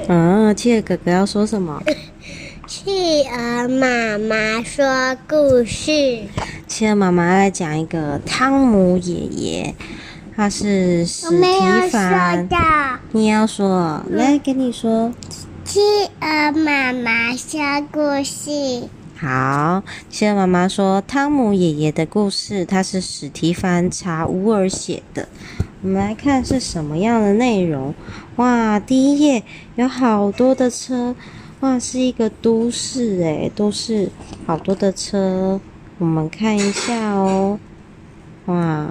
企鹅哥哥要说什么？ 企鹅妈妈说故事。 企鹅妈妈来讲一个汤姆爷爷，他是史提凡。你也要说，来给你说。 企鹅妈妈说故事。 好，企鹅妈妈说汤姆爷爷的故事，它是史提凡·查乌尔写的。我们来看是什么样的内容。哇，第一页有好多的车，哇，是一个都市诶，都是好多的车。我们看一下哦。哇，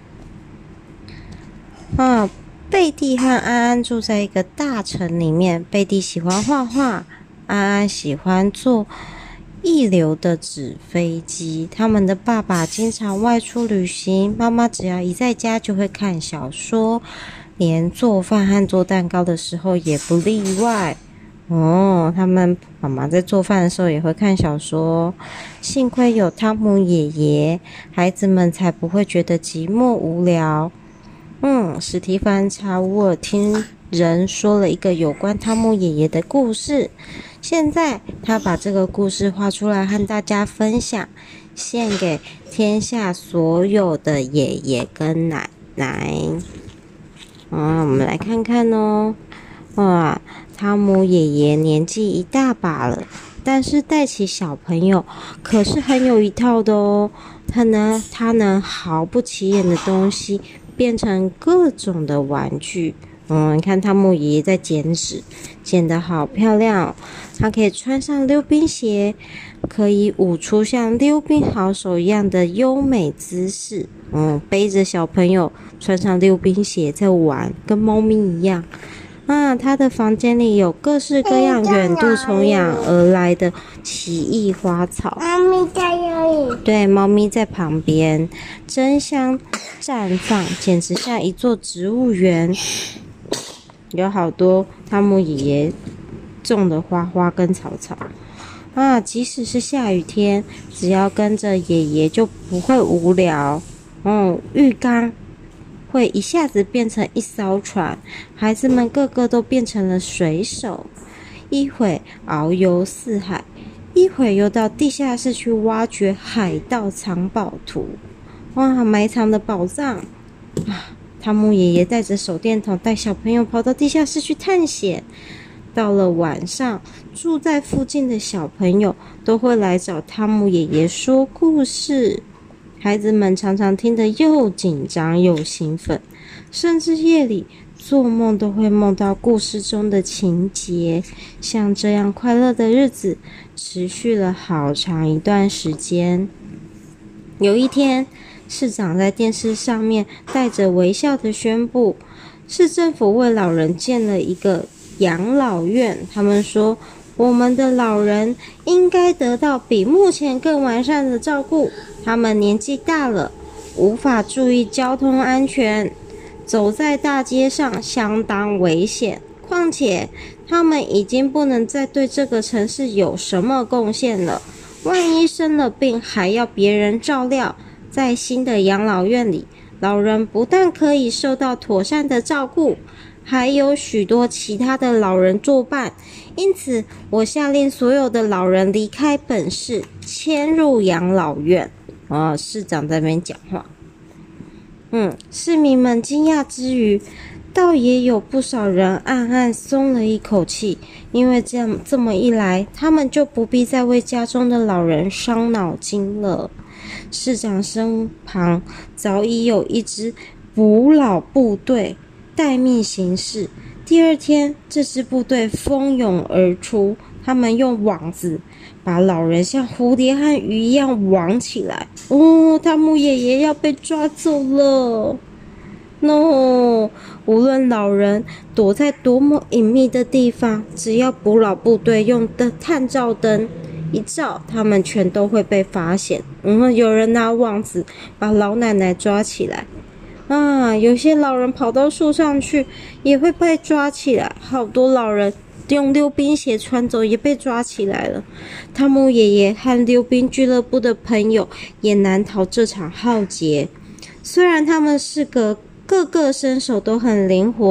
贝蒂和安安住在一个大城里面。贝蒂喜欢画画，安安喜欢做一流的纸飞机。他们的爸爸经常外出旅行，妈妈只要一在家就会看小说，连做饭和做蛋糕的时候也不例外。他们妈妈在做饭的时候也会看小说。幸亏有汤姆爷爷，孩子们才不会觉得寂寞无聊。史提凡·查乌尔听人说了一个有关汤姆爷爷的故事，现在他把这个故事画出来和大家分享，献给天下所有的爷爷跟奶奶。我们来看看哦。哇，汤姆爷爷年纪一大把了，但是带起小朋友可是很有一套的哦。他能毫不起眼的东西变成各种的玩具。你看汤姆爷爷在剪纸，剪得好漂亮哦。他可以穿上溜冰鞋，可以舞出像溜冰好手一样的优美姿势。背着小朋友穿上溜冰鞋在玩，跟猫咪一样。他的房间里有各式各样远渡重洋而来的奇异花草。 猫咪在这里。 对，猫咪在旁边，争相绽放，简直像一座植物园。有好多汤姆爷爷种的花跟草。即使是下雨天，只要跟着爷爷就不会无聊。浴缸会一下子变成一艘船，孩子们个个都变成了水手，一会遨游四海，一会又到地下室去挖掘海盗藏宝图。埋藏的宝藏。汤姆爷爷带着手电筒，带小朋友跑到地下室去探险。到了晚上，住在附近的小朋友都会来找汤姆爷爷说故事。孩子们常常听得又紧张又兴奋，甚至夜里做梦都会梦到故事中的情节。像这样快乐的日子持续了好长一段时间。有一天，市长在电视上面带着微笑地宣布，市政府为老人建了一个养老院。他们说，我们的老人应该得到比目前更完善的照顾。他们年纪大了，无法注意交通安全，走在大街上相当危险。况且，他们已经不能再对这个城市有什么贡献了。万一生了病，还要别人照料。在新的养老院里，老人不但可以受到妥善的照顾，还有许多其他的老人作伴。因此，我下令所有的老人离开本市，迁入养老院。市长在那边讲话。市民们惊讶之余，倒也有不少人暗暗松了一口气，因为这么一来，他们就不必再为家中的老人伤脑筋了。市长身旁早已有一支捕老部队待命行事。第二天，这支部队蜂拥而出，他们用网子把老人像蝴蝶和鱼一样网起来。汤姆爷爷要被抓走了。No！ 无论老人躲在多么隐秘的地方，只要捕老部队用的探照灯一照，他们全都会被发现。有人拿网子把老奶奶抓起来。有些老人跑到树上去，也会被抓起来。好多老人用溜冰鞋穿走，也被抓起来了。汤姆爷爷和溜冰俱乐部的朋友也难逃这场浩劫。虽然他们是个个身手都很灵活，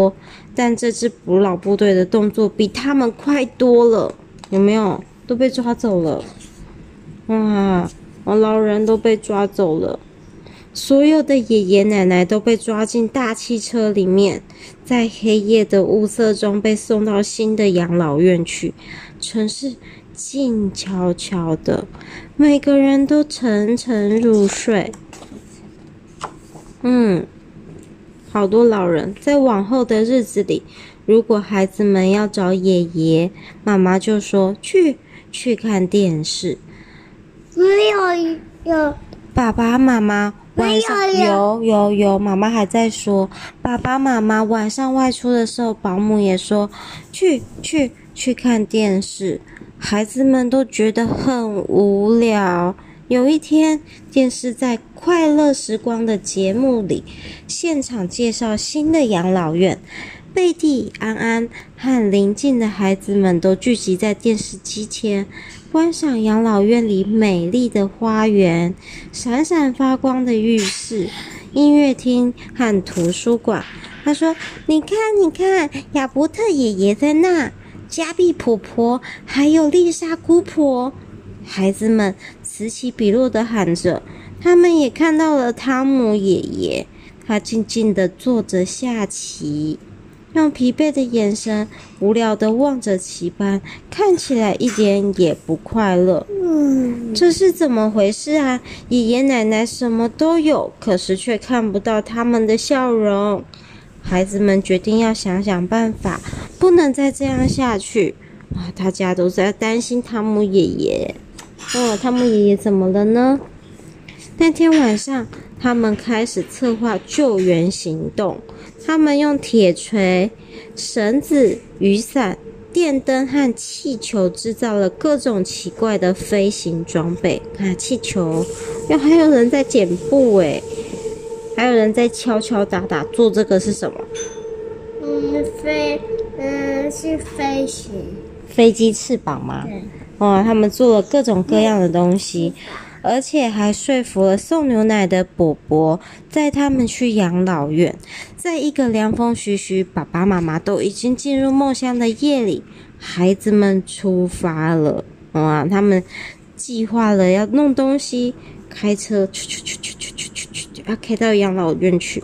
但这支捕老部队的动作比他们快多了，有没有？都被抓走了。哇，老人都被抓走了。所有的爷爷奶奶都被抓进大汽车里面，在黑夜的雾色中被送到新的养老院去。城市静悄悄的，每个人都沉沉入睡。好多老人在往后的日子里，如果孩子们要找爷爷，妈妈就说去看电视。 有爸爸妈妈晚上有，妈妈还在说，爸爸妈妈晚上外出的时候，保姆也说去看电视。孩子们都觉得很无聊。有一天，电视在快乐时光的节目里，现场介绍新的养老院。贝蒂、安安和邻近的孩子们都聚集在电视机前，观赏养老院里美丽的花园、闪闪发光的浴室、音乐厅和图书馆。他说：“你看，亚伯特爷爷在那，加碧婆婆，还有丽莎姑婆。”孩子们此起彼落地喊着。他们也看到了汤姆爷爷，他静静地坐着下棋，用疲惫的眼神无聊地望着棋盘，看起来一点也不快乐。这是怎么回事啊？爷爷奶奶什么都有，可是却看不到他们的笑容。孩子们决定要想想办法，不能再这样下去。大家都在担心汤姆爷爷。汤姆爷爷怎么了呢？那天晚上，他们开始策划救援行动。他们用铁锤、绳子、雨伞、电灯和气球制造了各种奇怪的飞行装备。看气球，还有人在剪布还有人在敲敲打打。做这个是什么？ 是飞行。 飞机翅膀吗？他们做了各种各样的东西，而且还说服了送牛奶的伯伯载他们去养老院。在一个凉风徐徐、爸爸妈妈都已经进入梦乡的夜里，孩子们出发了。他们计划了要弄东西，开车要开到养老院去。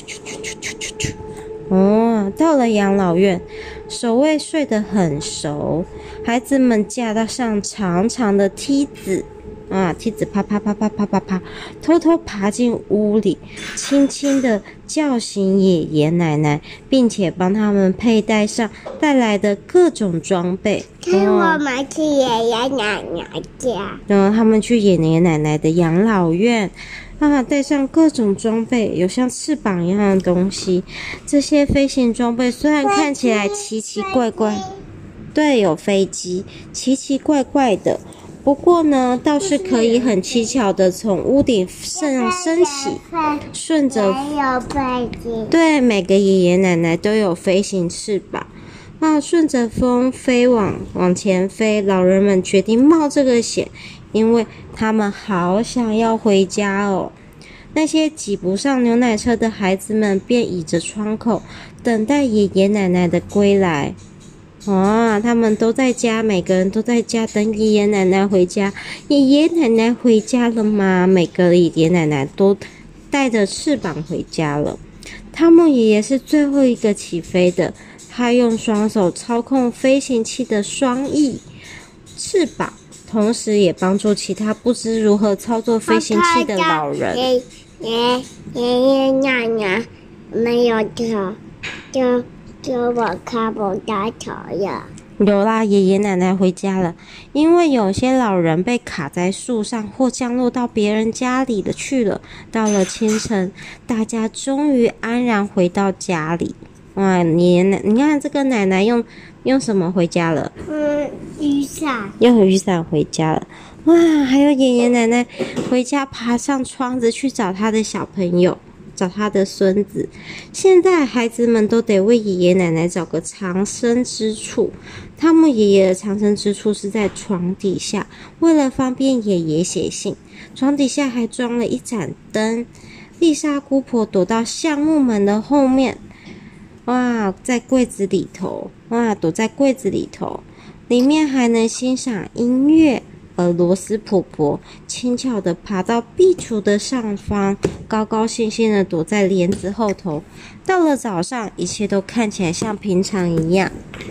到了养老院，守卫睡得很熟，孩子们架上长长的梯子，梯子啪啪啪啪啪啪啪，偷偷爬进屋里，轻轻地叫醒爷爷奶奶，并且帮他们佩戴上带来的各种装备。 我们去爷爷奶奶家。 他们去爷爷奶奶的养老院。带上各种装备，有像翅膀一样的东西。这些飞行装备虽然看起来奇奇怪怪，对，有飞机，奇奇怪怪的。不过呢，倒是可以很蹊跷的从屋顶上升起，顺着对，每个爷爷奶奶都有飞行翅膀。顺着风飞往前飞。老人们决定冒这个险，因为他们好想要回家哦。那些挤不上牛奶车的孩子们便倚着窗口，等待爷爷奶奶的归来。他们都在家，每个人都在家等爷爷奶奶回家。爷爷奶奶回家了吗？每个爷爷奶奶都带着翅膀回家了。汤姆爷爷是最后一个起飞的，他用双手操控飞行器的双翼翅膀，同时也帮助其他不知如何操作飞行器的老人。 爷爷奶奶没有头，就我看不到头了。 有啦，爷爷奶奶回家了，因为有些老人被卡在树上或降落到别人家里去了。到了清晨，大家终于安然回到家里。你看这个奶奶用什么回家了？ 雨伞。 用雨伞回家了。还有爷爷奶奶回家爬上窗子去找他的小朋友，找他的孙子。现在孩子们都得为爷爷奶奶找个藏身之处。汤姆爷爷的藏身之处是在床底下，为了方便爷爷写信，床底下还装了一盏灯。丽莎姑婆躲到橡木门的后面。 哇，在柜子里头，哇，躲在柜子里头，里面还能欣赏音乐。而罗斯婆婆轻巧地爬到壁橱的上方，高高兴兴地躲在帘子后头。到了早上，一切都看起来像平常一样。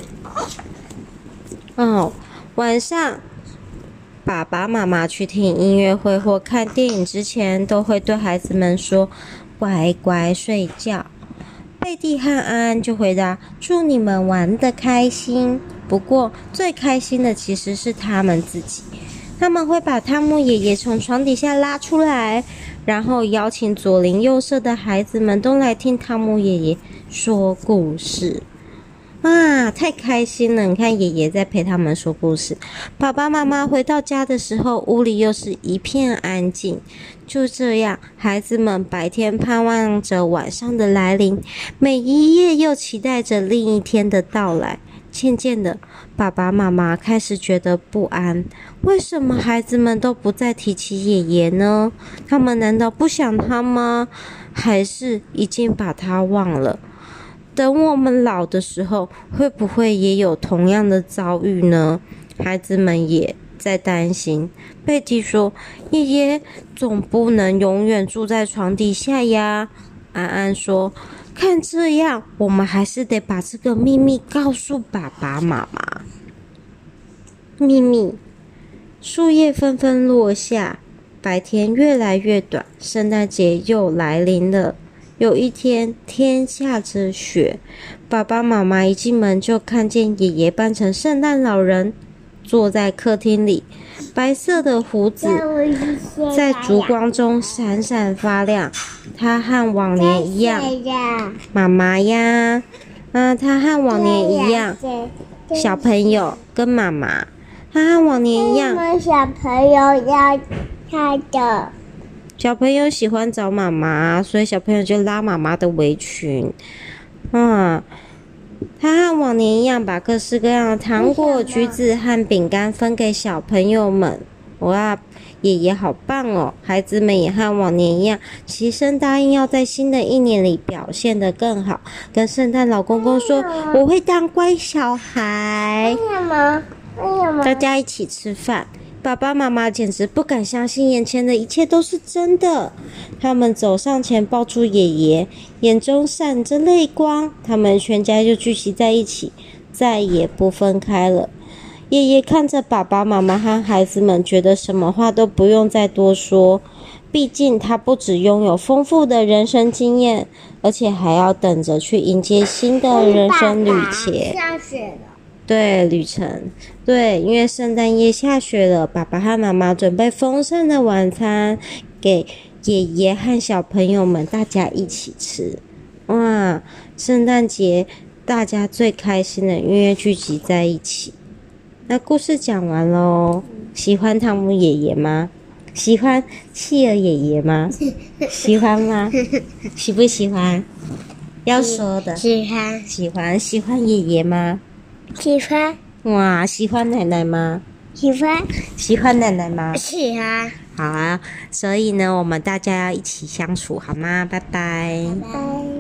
晚上，爸爸妈妈去听音乐会或看电影之前，都会对孩子们说：“乖乖睡觉。”贝蒂和安安就回答：“祝你们玩得开心。”不过，最开心的其实是他们自己。他们会把汤姆爷爷从床底下拉出来，然后邀请左邻右舍的孩子们都来听汤姆爷爷说故事。啊，太开心了！你看，爷爷在陪他们说故事。爸爸妈妈回到家的时候，屋里又是一片安静。就这样，孩子们白天盼望着晚上的来临，每一夜又期待着另一天的到来。渐渐的，爸爸妈妈开始觉得不安。为什么孩子们都不再提起爷爷呢？他们难道不想他吗？还是已经把他忘了？等我们老的时候，会不会也有同样的遭遇呢？孩子们也在担心。贝蒂说：“爷爷总不能永远住在床底下呀。”安安说：“看这样，我们还是得把这个秘密告诉爸爸妈妈。”秘密。树叶纷纷落下，白天越来越短，圣诞节又来临了。有一天，天下着雪，爸爸妈妈一进门就看见爷爷扮成圣诞老人，坐在客厅里，白色的胡子在烛光中闪闪发亮。他和往年一样，妈妈呀，他和往年一样，小朋友跟妈妈，他和往年一样。 小朋友要看的。 小朋友喜欢找妈妈，所以小朋友就拉妈妈的围裙。他和往年一样，把各式各样的糖果、橘子和饼干分给小朋友们。哇，爷爷好棒哦！孩子们也和往年一样，齐声答应要在新的一年里表现得更好，跟圣诞老公公说：“我会当乖小孩。” 为什么？ 大家一起吃饭。爸爸妈妈简直不敢相信眼前的一切都是真的。他们走上前抱住爷爷，眼中闪着泪光。他们全家就聚集在一起，再也不分开了。爷爷看着爸爸妈妈和孩子们，觉得什么话都不用再多说。毕竟他不只拥有丰富的人生经验，而且还要等着去迎接新的人生旅程。 下雪了。 对，旅程。对，因为圣诞夜下雪了，爸爸和妈妈准备丰盛的晚餐给爷爷和小朋友们，大家一起吃。哇，圣诞节大家最开心的，因为聚集在一起。那故事讲完咯，喜欢汤姆爷爷吗？喜欢企鹅爷爷吗？喜欢吗？喜不喜欢？要说的。 喜欢。 喜欢爷爷吗？ 喜欢。 哇，喜欢奶奶吗？ 喜欢。 喜欢奶奶吗？ 喜欢。 好啊，所以呢，我们大家要一起相处，好吗？拜拜。 拜拜。